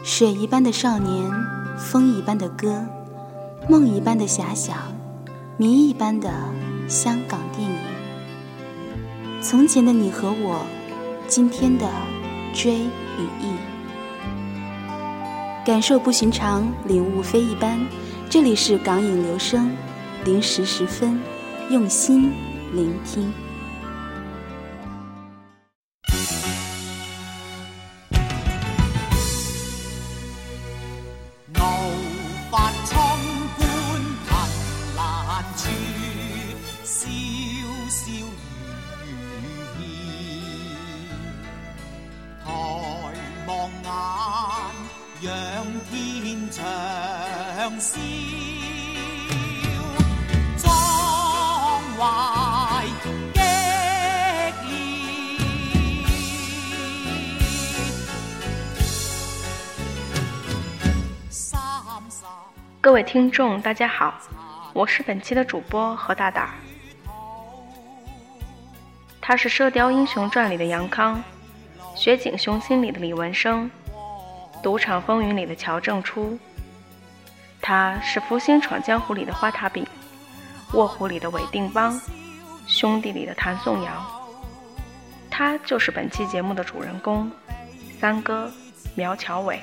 水一般的少年，风一般的歌，梦一般的遐想，谜一般的香港电影。从前的你和我，今天的追与忆，感受不寻常，领悟非一般。这里是港影留声，0时10分，用心聆听。 各位听众大家好，我是本期的主播何大胆。他是《射雕英雄传》里的杨康，《雪景雄心》里的李文生，《赌场风云》里的乔正初。他是《福星闯江湖》里的花塔饼，《卧虎》里的韦定邦，《兄弟》里的谭颂瑶。他就是本期节目的主人公，三哥苗侨伟。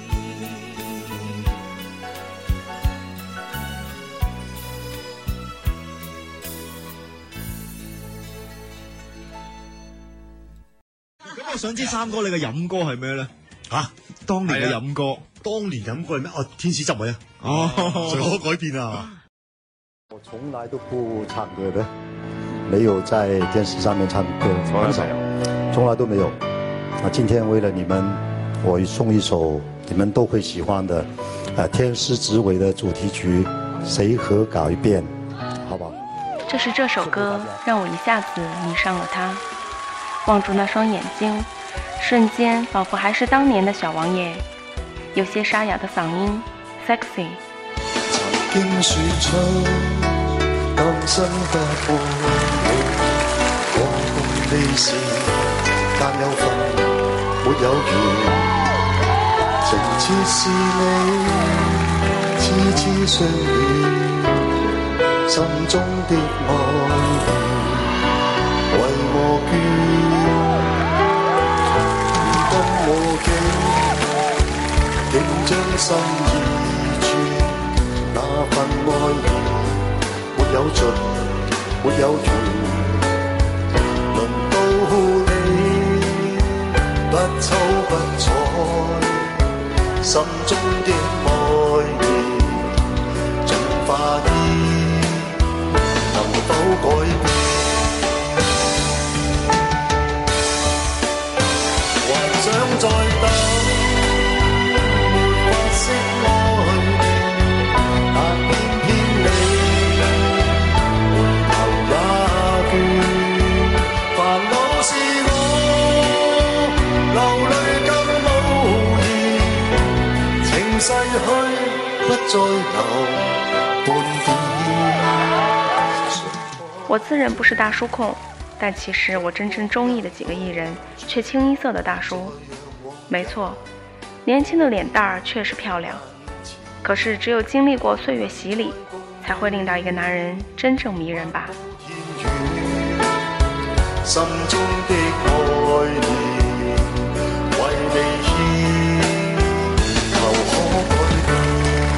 我想知三哥你嘅飲歌係咩咧？當年嘅飲歌， 當年飲歌係咩？天使執位誰可改變啊？ 我從來都不唱歌的，沒有在電視上面唱歌，很少，從來都沒有。今天為了你們，我送一首你們都會喜歡的，天師執位的主題曲《誰可改變》，好不好？ 就是這首歌讓我一下子迷上了他。望住那雙眼睛，瞬間仿佛還是當年的小王爺，有些沙啞的嗓音 sexy。 曾經說出今生不負你，我共你是但有份沒有緣，情切是你痴痴相戀，心中的愛為我捐。竟將心意傳，那份愛意沒有盡，沒有完。輪到你不瞅不睬，心中的愛意盡化意，能否改變？還想再等。 我自认不是大叔控，但其实我真正中意的几个艺人却清一色的大叔。没错，年轻的脸蛋儿确实漂亮，可是只有经历过岁月洗礼，才会令到一个男人真正迷人吧。 心中的愛意為你獻，求可改變。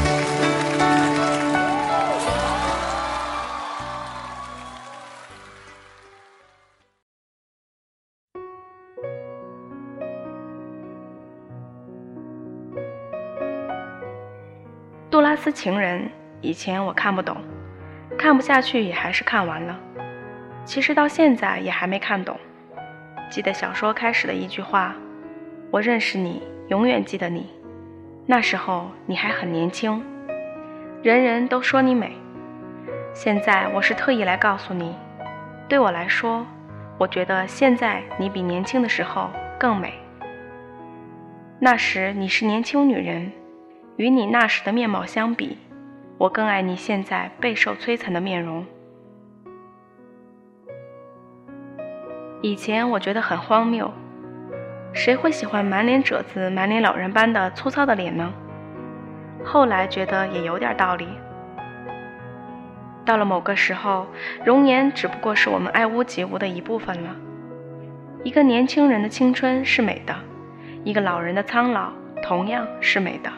杜拉斯情人以前我看不懂，看不下去也还是看完了，其实到现在也还没看懂。记得小说开始的一句话，我认识你，永远记得你，那时候你还很年轻，人人都说你美。现在我是特意来告诉你，对我来说，我觉得现在你比年轻的时候更美。那时你是年轻女人，与你那时的面貌相比，我更爱你现在备受摧残的面容。以前我觉得很荒谬， 谁会喜欢满脸褶子、满脸老人般的粗糙的脸呢？后来觉得也有点道理。到了某个时候，容颜只不过是我们爱屋及乌的一部分了。一个年轻人的青春是美的，一个老人的苍老同样是美的。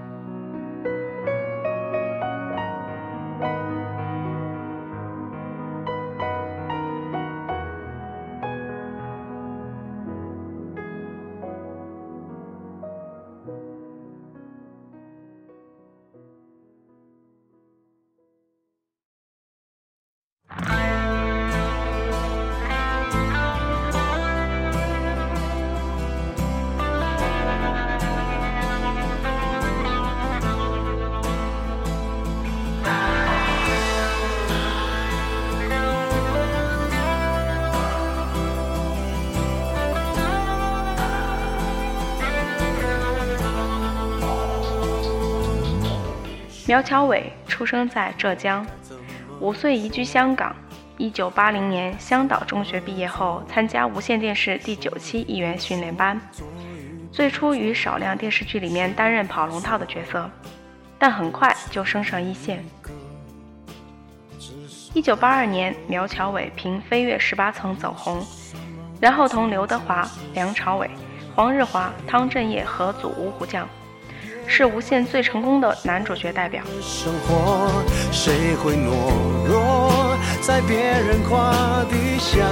苗侨伟出生在浙江，5岁移居香港。1980年香岛中学毕业后，参加无线电视第9期艺员训练班，最初于少量电视剧里面担任跑龙套的角色，但很快就升上一线。1982年，苗侨伟凭《飞跃18层》走红，然后同刘德华、梁朝伟、黄日华、汤镇业合组五虎将，是无线最成功的男主角代表。 生活谁会懦弱在别人胯底下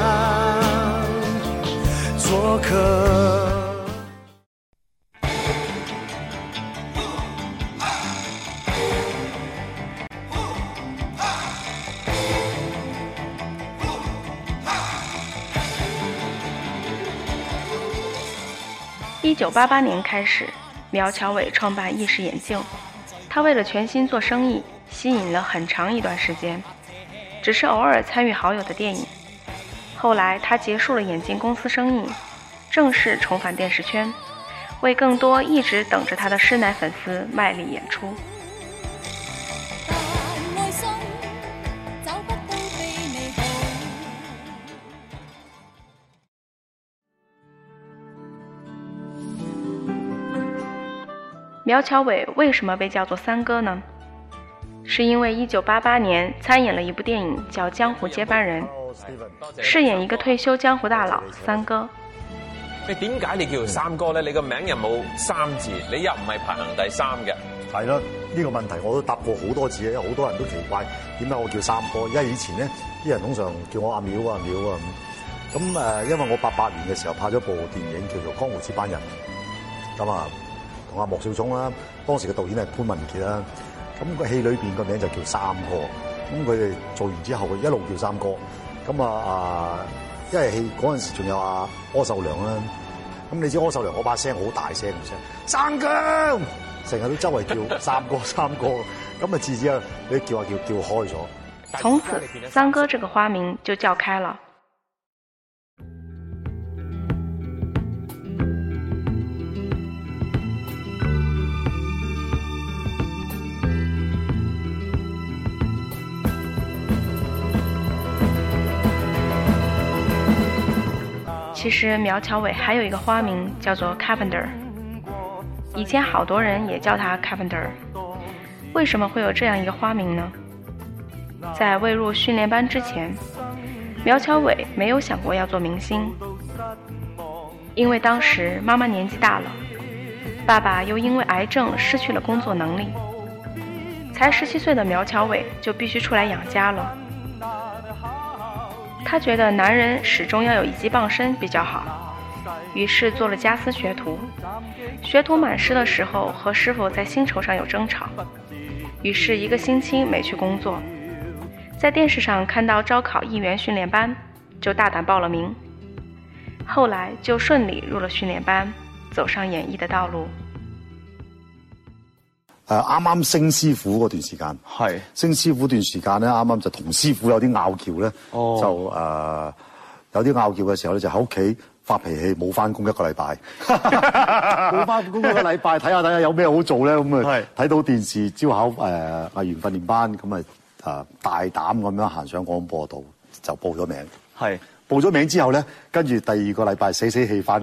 做客。 1988年开始，苗侨伟创办意式眼镜，他为了全心做生意，吸引了很长一段时间，只是偶尔参与好友的电影。后来他结束了眼镜公司生意，正式重返电视圈，为更多一直等着他的师奶粉丝卖力演出。苗侨伟为什么被叫做三哥呢？是因为1988年参演了一部电影叫《江湖接班人》，饰演一個退休江湖大佬三哥。 你點解你叫三哥呢？你個名又冇三字，你又唔係排行第3嘅。 係啦，呢個問題我都答過好多次，因為好多人都奇怪點解我叫三哥，因為以前咧啲人通常叫我阿苗啊苗啊咁。因為我88年嘅時候拍咗部電影叫做《江湖接班人》，咁啊同阿莫少聰啦，當時嘅導演係潘文傑啦，咁個戲裏邊個名就叫三哥，咁佢哋做完之後佢一路叫三哥，咁因為戲嗰陣時仲有阿柯受良啦，咁你知柯受良嗰把聲好大聲嘅聲，三哥成日都周圍叫三哥三哥，咁啊自此啊你叫開咗。 從此三哥這個花名就叫開了。其实苗侨伟还有一个花名叫做 Carpenter， 以前好多人也叫他 Carpenter。 为什么会有这样一个花名呢？在未入训练班之前，苗侨伟没有想过要做明星，因为当时妈妈年纪大了，爸爸又因为癌症失去了工作能力，才17岁的苗侨伟就必须出来养家了。他觉得男人始终要有一技傍身比较好，于是做了家私学徒。学徒满师的时候和师傅在薪酬上有争吵，于是1个星期没去工作。在电视上看到招考艺员训练班，就大胆報了名，後來就順利入了訓練班，走上演藝的道路。 啱啱升師傅嗰段時間，係升師傅段時間咧，啱啱就同師傅有啲拗撬咧，就有啲拗撬嘅時候咧，就喺屋企發脾氣，冇翻工1個禮拜，冇翻工1個禮拜，睇下有咩好做咧，咁啊睇到電視招考藝員訓練班，咁啊大膽咁樣行上廣播道就報咗名，係報咗名之後咧，跟住第2個禮拜死氣翻工。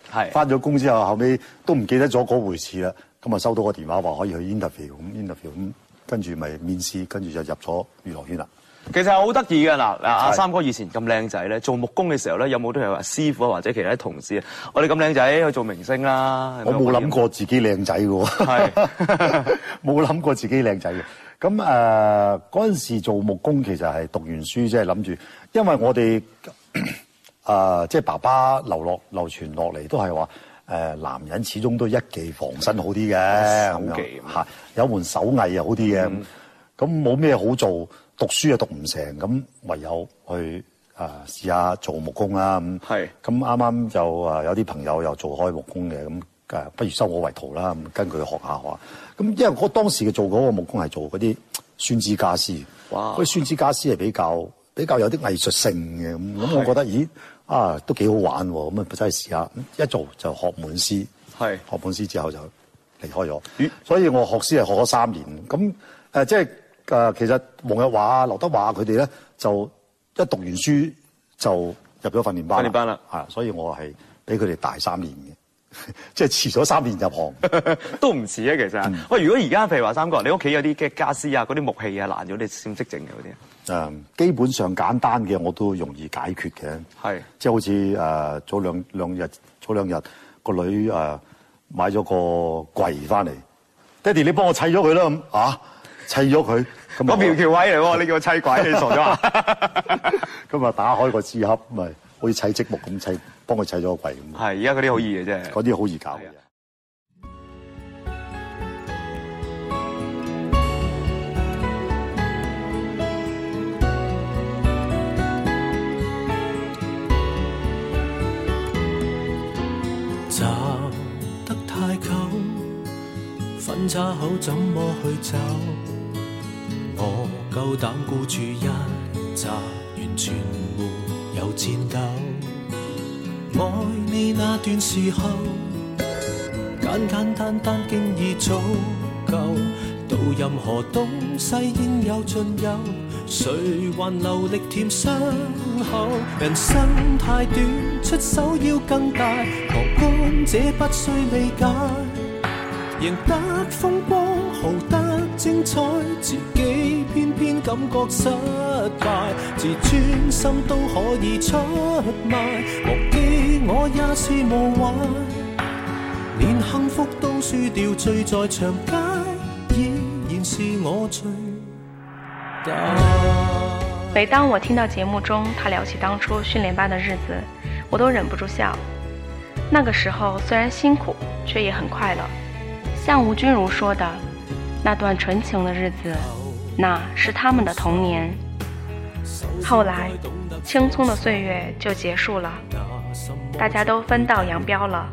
係翻咗工之後，後尾都唔記得咗嗰回事啦。咁啊收到個電話話可以去 interview 咁，跟住咪面試，跟住就入咗娛樂圈啦。 其實好得意嘅嗱，阿三哥以前咁靚仔咧，做木工嘅時候咧，有冇都係話師傅或者其他同事啊？我哋咁靚仔去做明星啦。 我冇諗過自己靚仔嘅喎，係冇諗過自己靚仔嘅。咁嗰陣時做木工其實係讀完書，即係諗住，因為我哋即係爸爸流傳落嚟都係話男人始終都一技防身好啲嘅， 手技嚇有門手藝又好啲嘅。咁冇咩好做。讀書又讀唔成，咁唯有去試下做木工啦。咁啱啱就有啲朋友又做開木工嘅，咁不如收我為徒啦。咁跟佢學下。咁因為我當時嘅做嗰個木工係做嗰啲酸枝家私，嗰啲酸枝家私係比較有啲藝術性嘅。咁我覺得咦都幾好玩喎。咁啊真係試下，一做就學滿師。學滿師之後就離開咗。所以我學師係學咗3年。咁即係。其實黃日華、劉德華佢哋咧就一讀完書就入咗訓練班。訓練班啦，所以我係比佢哋大3年嘅，即係遲咗3年入行， 都唔遲啊其實。喂，如果而家譬如話三哥，你屋企有啲嘅傢俬啊、嗰啲木器啊爛咗，你識唔識整嘅嗰啲？ 基本上簡單嘅我都容易解決嘅。即係好似早兩日個女買咗個櫃翻嚟，爹哋你幫我砌咗佢啦咁砌咗佢，咁嗰條位嚟喎，你叫我砌鬼，你傻咗啊？ 咁啊，打開個支盒，咪好似砌積木咁砌，幫佢砌咗個櫃咁。 係，而家嗰啲好易嘅啫， 嗰啲好易搞嘅。 走得太久，分岔口怎麼去走？我夠膽孤注一擲，完全沒有戰鬥。愛你那段時候，簡簡單單經已足夠。到任何東西應有盡有，誰還留力甜傷口？人生太短，出手要更大，旁觀者不需理解。贏得風光，豪得精彩，自己偏偏感覺失敗，自尊心都可以出賣，忘記我也是無謂，連幸福都輸掉，醉在長街，依然是我最大。 每當我聽到節目中他聊起當初訓練班的日子，我都忍不住笑。那個時候雖然辛苦，卻也很快樂。像吳君如說的，那段純情的日子，那是他們的童年。後來青蔥的歲月就結束了，大家都分道揚鑣了。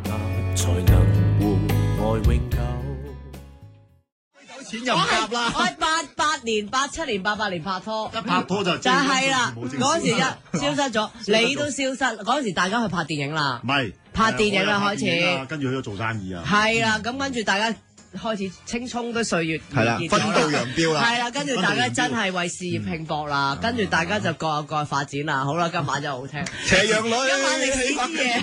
我係88年、87年、88年拍拖， 拍拖就係啦。嗰時一消失咗，你都消失。嗰時大家去拍電影啦， 唔係拍電影啦開始， 跟住去咗做生意啊。 係啦，咁跟住大家開始青蔥的歲月係啦，分道揚鑣啦。 係啦，跟住大家真係為事業拼搏啦，跟住大家就各有各發展啦。好啦，今晚真係好聽。 斜陽女， 今晚歷史之夜，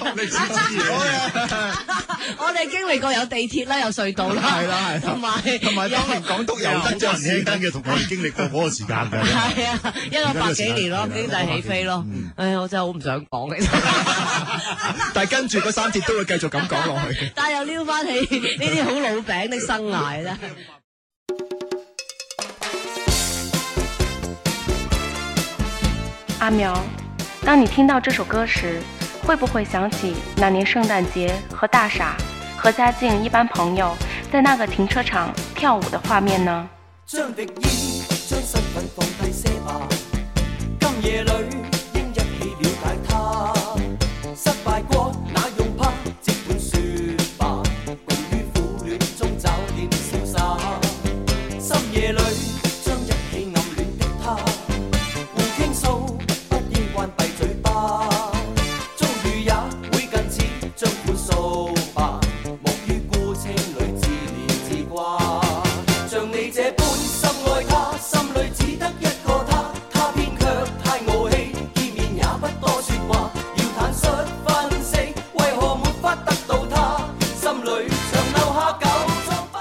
我哋經歷過有地鐵啦，有隧道啦，係啦，同埋當年港督遊得人起燈嘅，同我哋經歷過嗰個時間嘅。 係啊，100幾年咯，經濟起飛咯。唉，我真係好唔想講其實。 但係跟住嗰3節都會繼續咁講落去。 但係又撩翻起呢啲好老餅的生涯咧。 阿苗，當你聽到這首歌時，會不會想起那年聖誕節和大傻和家境一般朋友在那個停車場跳舞的畫面呢？ 將敵意，將身份放低些吧，今夜裏應一起了解他，失敗過那用怕，即管說吧，共於苦戀中找點瀟灑，深夜裏將一起暗戀的他互傾訴，不應關閉嘴巴，遭遇也會近似將款數吧，莫於孤清裏自憐自掛，像你這般深愛他，心裏只得一個他，他偏卻太傲氣， 下舊作吧。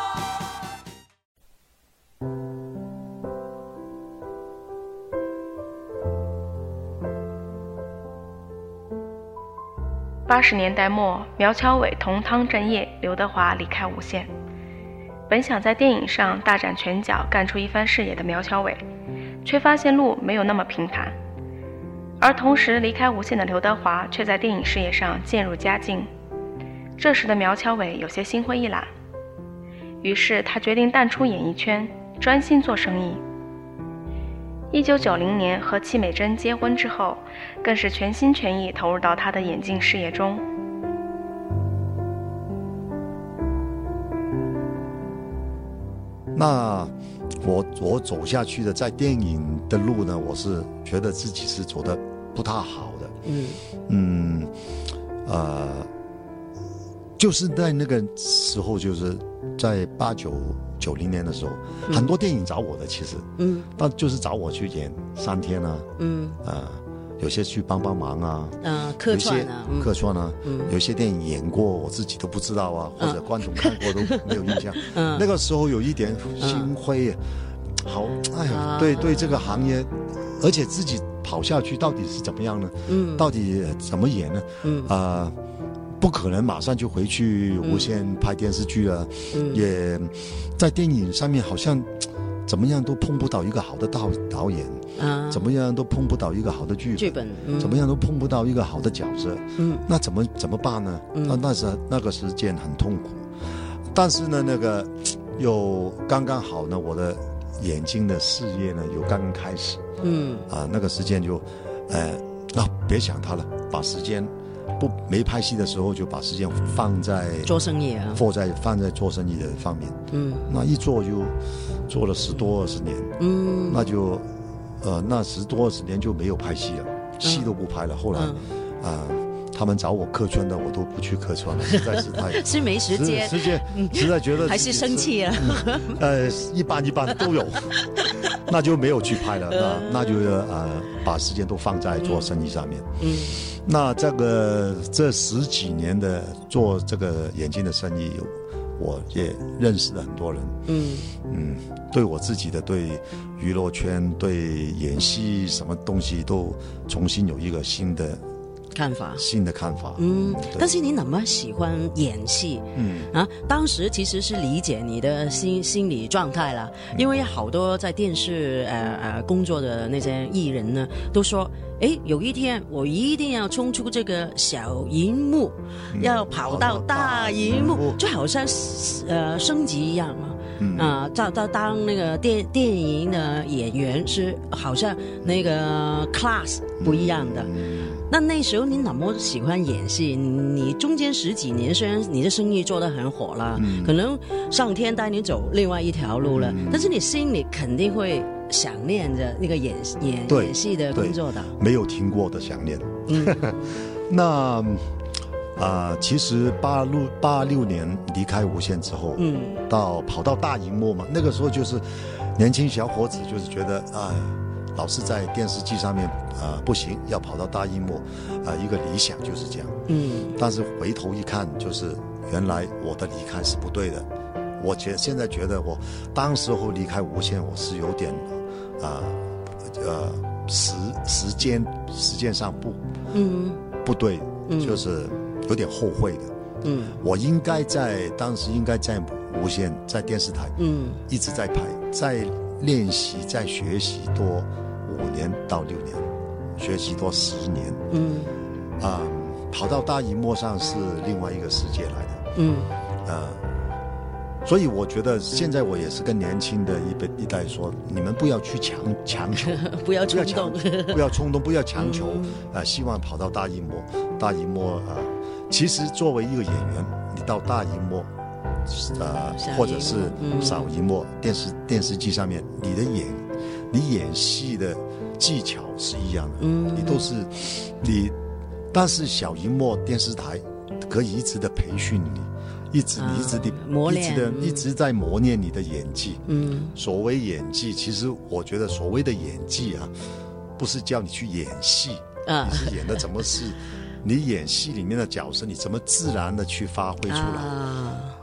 80年代末，苗侨伟同汤镇业、刘德华离开无线。本想在电影上大展拳脚，干出一番事业的苗侨伟，却发现路没有那么平坦。而同时离开无线的刘德华，却在电影事业上渐入佳境。这时的苗侨伟有些心灰意懒，于是他决定淡出演艺圈，专心做生意。1990年和戚美珍结婚之后，更是全心全意投入到他的演技事业中。 那我走下去的在电影的路呢，我是觉得自己是走得不太好的。就是在那个时候，就是在89、90年的时候，很多电影找我的，其实，但就是找我去演3天啊，有些去帮忙啊， 客串啊， 客串啊，有些电影演过我自己都不知道啊，或者观众看过都没有印象。那个时候有一点心灰，好，哎呀，对这个行业，而且自己跑下去到底是怎么样呢？到底怎么演呢？不可能马上就回去无线拍电视剧了，也在电影上面好像怎么样都碰不到一个好的导演，怎么样都碰不到一个好的剧本，怎么样都碰不到一个好的角色，那怎么办呢？那个时间很痛苦，但是呢，那个又刚刚好呢，我的眼睛的事业呢又刚刚开始，那个时间就，别想它了，把时间。没拍戏的时候就把时间放在做生意啊， 放在做生意的方面。那一做就做了10多20年。那就那10多20年就没有拍戏了，戏都不拍了。后来他们找我客串的，我都不去客串了，实在是太是没时间， 实在觉得还是生气啊。 一般都有，那就没有去拍了。那就把时间都放在做生意上面。那这10几年的做这个眼镜的生意，我也认识了很多人。对我自己的对娱乐圈、对演戏什么东西都重新有一个新的看法。 但是你那么喜欢演戏，当时其实是理解你的心理状态了，因为好多在电视工作的那些艺人呢，都说，有一天我一定要冲出这个小荧幕，要跑到大荧幕，就好像升级一样嘛。当那个电影的演员是好像那个 class 不一样的。那时候你那么喜欢演戏，你中间10几年虽然你的生意做得很火了，可能上天带你走另外一条路了，但是你心里肯定会想念着那个演戏的工作的， 没有停过的想念。那其实86年离开无线之后，跑到大荧幕嘛，那个时候就是年轻小伙子，就是觉得老是在电视机上面不行，要跑到大荧幕，一个理想就是这样。但是回头一看，就是原来我的离开是不对的。我现在觉得我当时候离开无线，我是有点时间上不对，就是有点后悔的。我当时应该在无线，在电视台，一直在拍，在练习，在学习多5年到6年，学习多10年。跑到大荧幕上是另外一个世界来的。所以我觉得现在我也是跟年轻的一代说，你们不要去强求， 不要冲动， 不要冲动，不要强求。希望跑到大荧幕，其实作为一个演员，你到大荧幕，或者是小荧幕电视机上面，你演戏的技巧是一样的，你都是你，但是小荧幕电视台可以一直的培训你。一直在磨练你的演技。所谓演技，其实我觉得所谓的演技不是叫你去演戏，你是演的怎么你演戏里面的角色，你怎么自然的去发挥出来。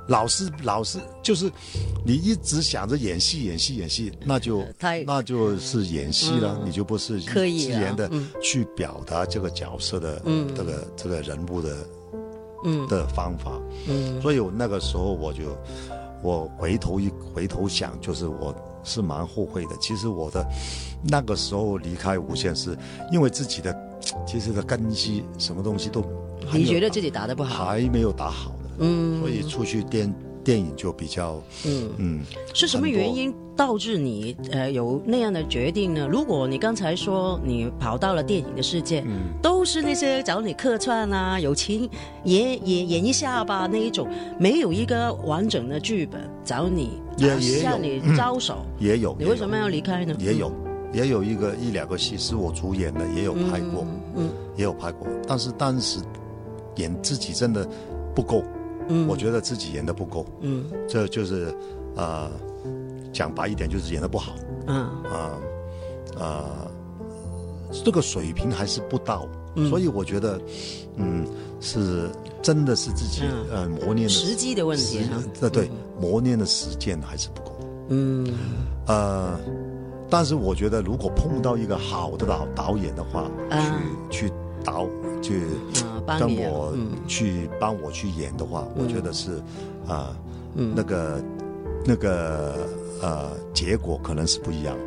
老是就是你一直想着演戏，那就是演戏了，你就不是刻意自然的去表达这个角色的这个人物的方法。所以我那个时候我回头想，就是我是蛮后悔的。其实我的那个时候离开无线是因为自己的其实的根基什么东西都你觉得自己打得不好， 还没有打好的，所以出去电影就比较是什么原因导致你有那样的决定呢？如果你刚才说你跑到了电影的世界，都是那些找你客串啊，有情也演一下吧那一种，没有一个完整的剧本找你向你招手， 也有。 你为什么要离开呢？ 也有一两个戏是我主演的，也有拍过，也有拍过，但是当时演自己真的不够。我觉得自己演得不够，这就是讲白一点就是演得不好，这个水平还是不到，所以我觉得是真的是自己磨练的时机的问题对，磨练的时间还是不够，但是我觉得如果碰到一个好的导演的话，去帮我去演的话，我觉得是那个结果可能是不一样。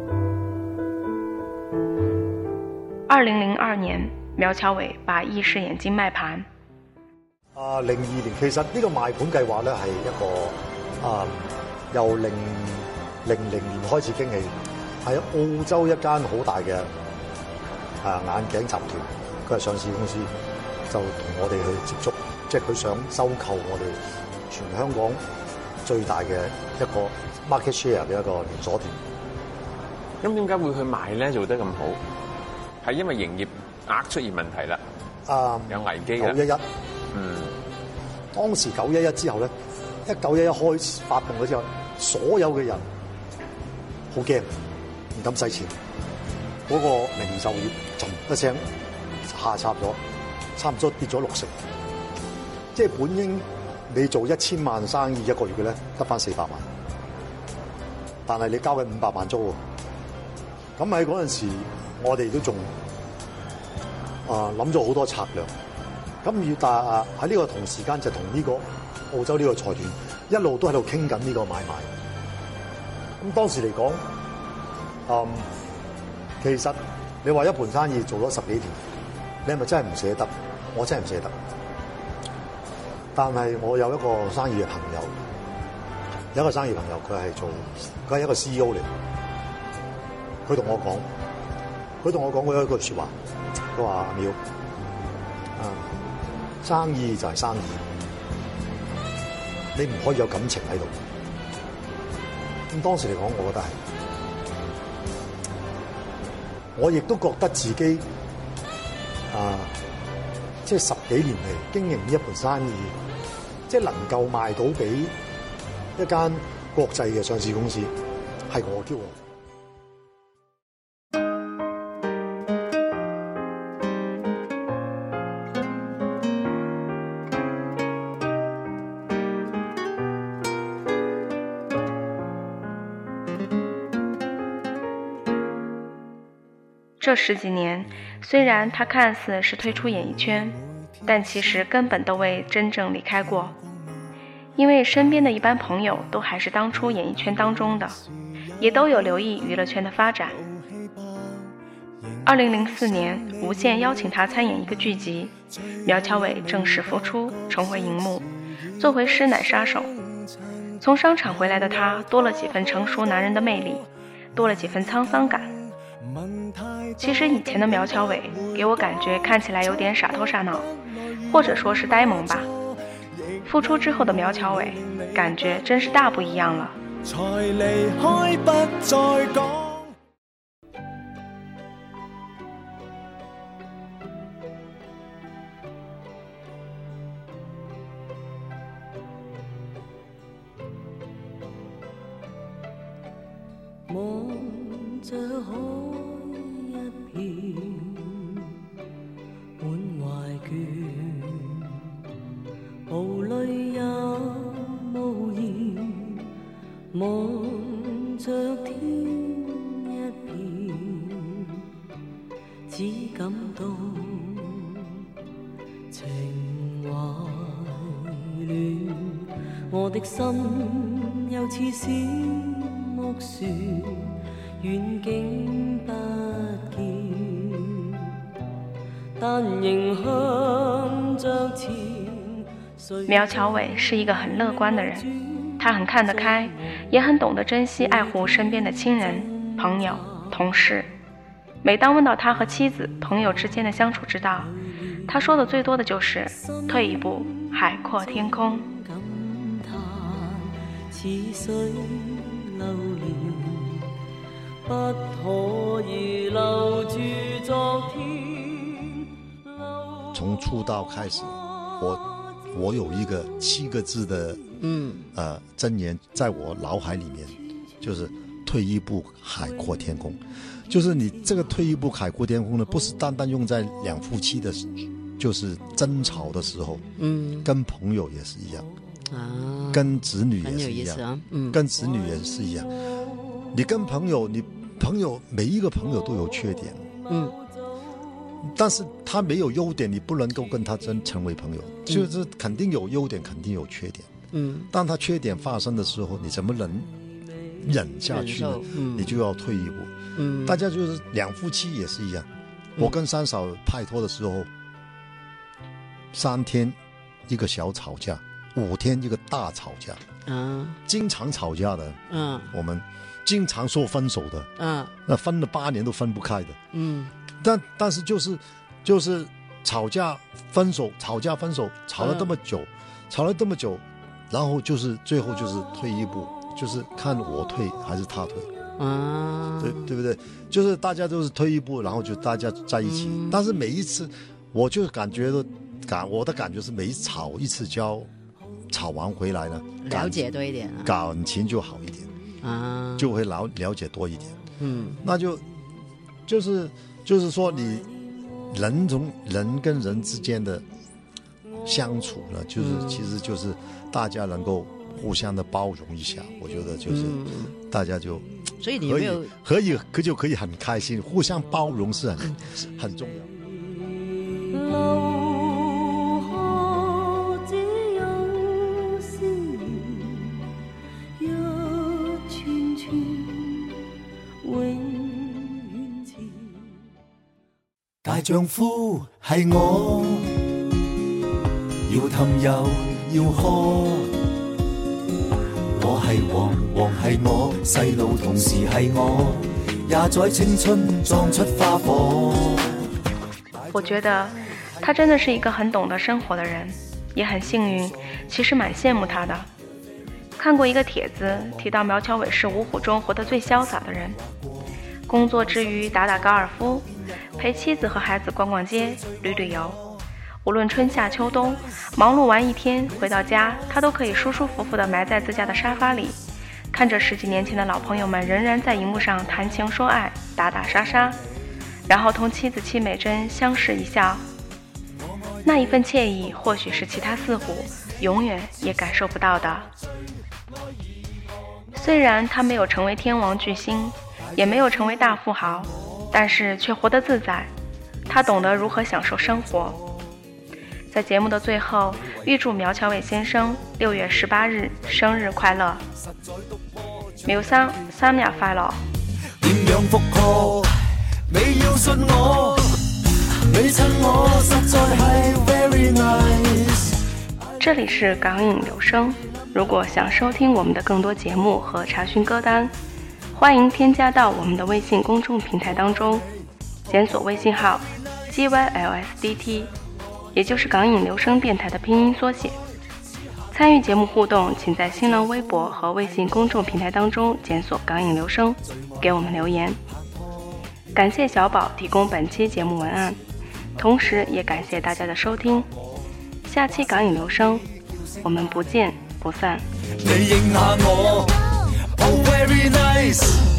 2002年，苗侨伟把意式眼镜卖盤。 02年其實呢個賣盤計劃咧係一個由00年開始經起，係澳洲一間好大嘅眼鏡集團。佢係上市公司，就同我哋去接觸，即係佢想收購我哋全香港最大嘅一個 market share 嘅一個連鎖店。 咁點解會去賣咧？做得咁好，係因為營業額出現問題啦，有危機啦。 911，當時911之後咧，1911開始發動咗之後，所有嘅人好驚，唔敢使錢，嗰個零售業一聲下插咗，差唔多跌咗60%。即係本應你做1000萬生意一個月嘅咧，得返400萬，但係你交緊500萬租喎。咁喺嗰陣時，我哋都仲諗咗好多策略。咁但係喺呢個同時間就同呢個澳洲呢個財團一路都喺度傾緊呢個買賣。咁當時嚟講，其實你話一盤生意做咗10幾年，你係咪真係唔捨得？我真係唔捨得。但係我有一個生意嘅朋友，有一個生意朋友佢係一個 CEO 嚟。佢同我講過一句説話，佢話：阿苗，生意就係生意，你唔可以有感情喺度。咁當時嚟講，我覺得係，我亦都覺得自己即係10幾年嚟經營呢一盤生意，即係能夠賣到俾一間國際嘅上市公司，係我驕傲。 这10几年，虽然他看似是退出演艺圈，但其实根本都未真正离开过，因为身边的一般朋友都还是当初演艺圈当中的，也都有留意娱乐圈的发展。2004年，无线邀请他参演一个剧集，苗侨伟正式复出，重回荧幕，做回师奶杀手。从商场回来的他，多了几分成熟男人的魅力，多了几分沧桑感。其实以前的苗侨伟给我感觉看起来有点傻头傻脑，或者说是呆萌吧。复出之后的苗侨伟，感觉真是大不一样了。 才離開不再講。 望着海一片滿懷倦，無淚也望着天一片，只感到情懷亂，我的心又似小木樹，遠景不見，但仍向着前。 苗侨偉是一個很樂觀的人，他很看得開，也很懂得珍惜愛護身邊的親人、朋友、同事。每當問到他和妻子、朋友之間的相處之道，他說的最多的就是退一步，海闊天空。 從出道開始，我有一個7個字的箴言在我腦海裡面，就是退一步海闊天空。就是你這個退一步海闊天空呢，不是單單用在兩夫妻的就是爭吵的時候，跟朋友也是一樣，跟子女也是一樣，跟子女也是一樣。你跟朋友，每一個朋友都有缺點，但是他沒有優點，你不能夠跟他成為朋友，就是肯定有優點，肯定有缺點。當他缺點發生的時候，你怎麼能忍下去呢？你就要退一步。大家就是兩夫妻也是一樣。我跟三嫂拍拖的時候，3天一個小吵架，5天一個大吵架，經常吵架的，我們經常說分手的，那分了8年都分不開的，但是就是吵架分手，吵架分手，吵了這麼久，然後就是最後就是退一步，就是看我退還是他退。對不對？就是大家都是退一步，然後就大家在一起。但是每一次，我就我的感覺是每一吵一次交，吵完回來呢， 了解多一點， 感情就好一點就會了解多一點。那就是說，你人跟人之間的相處呢，其實就是大家能夠互相的包容一下，我覺得就是大家就。 所以你有沒有就可以很開心，互相包容是很重要。 大丈夫係我，要氹又要呵。我係王，王係我，細路同時係我，也在青春撞出花火。 我覺得他真的是一個很懂得生活的人，也很幸運，其實蠻羨慕他的。看過一個帖子，提到苗僑偉是五虎中活得最瀟灑的人，工作之餘打打高爾夫，陪妻子和孩子逛逛街，旅遊。無論春夏秋冬，忙碌完一天回到家，他都可以舒舒服服地埋在自家的沙發裡，看着10幾年前的老朋友們仍然在熒幕上談情說愛，打打殺殺，然後同妻子戚美珍相視一笑。那一份愜意，或許是其他四虎永遠也感受不到的。雖然他沒有成為天王巨星，也沒有成為大富豪，但是卻活得自在。他懂得如何享受生活。在節目的最後，預祝苗僑偉先生6月18日生日快樂。苗生生日快樂。點樣復課？你要信我，你襯我實在係 very nice。這裡是港影留聲，如果想收聽我們的更多節目和查詢歌單，歡迎添加到我們的微信公眾平台當中，檢索微信號 GYLSDT， 也就是港影留聲電台的拼音縮寫。參與節目互動，請在新浪微博和微信公眾平台當中檢索港影留聲，給我們留言。感謝小寶提供本期節目文案，同時也感謝大家的收聽。下期港影留聲，我們不見不散。你應下我，oh very nice。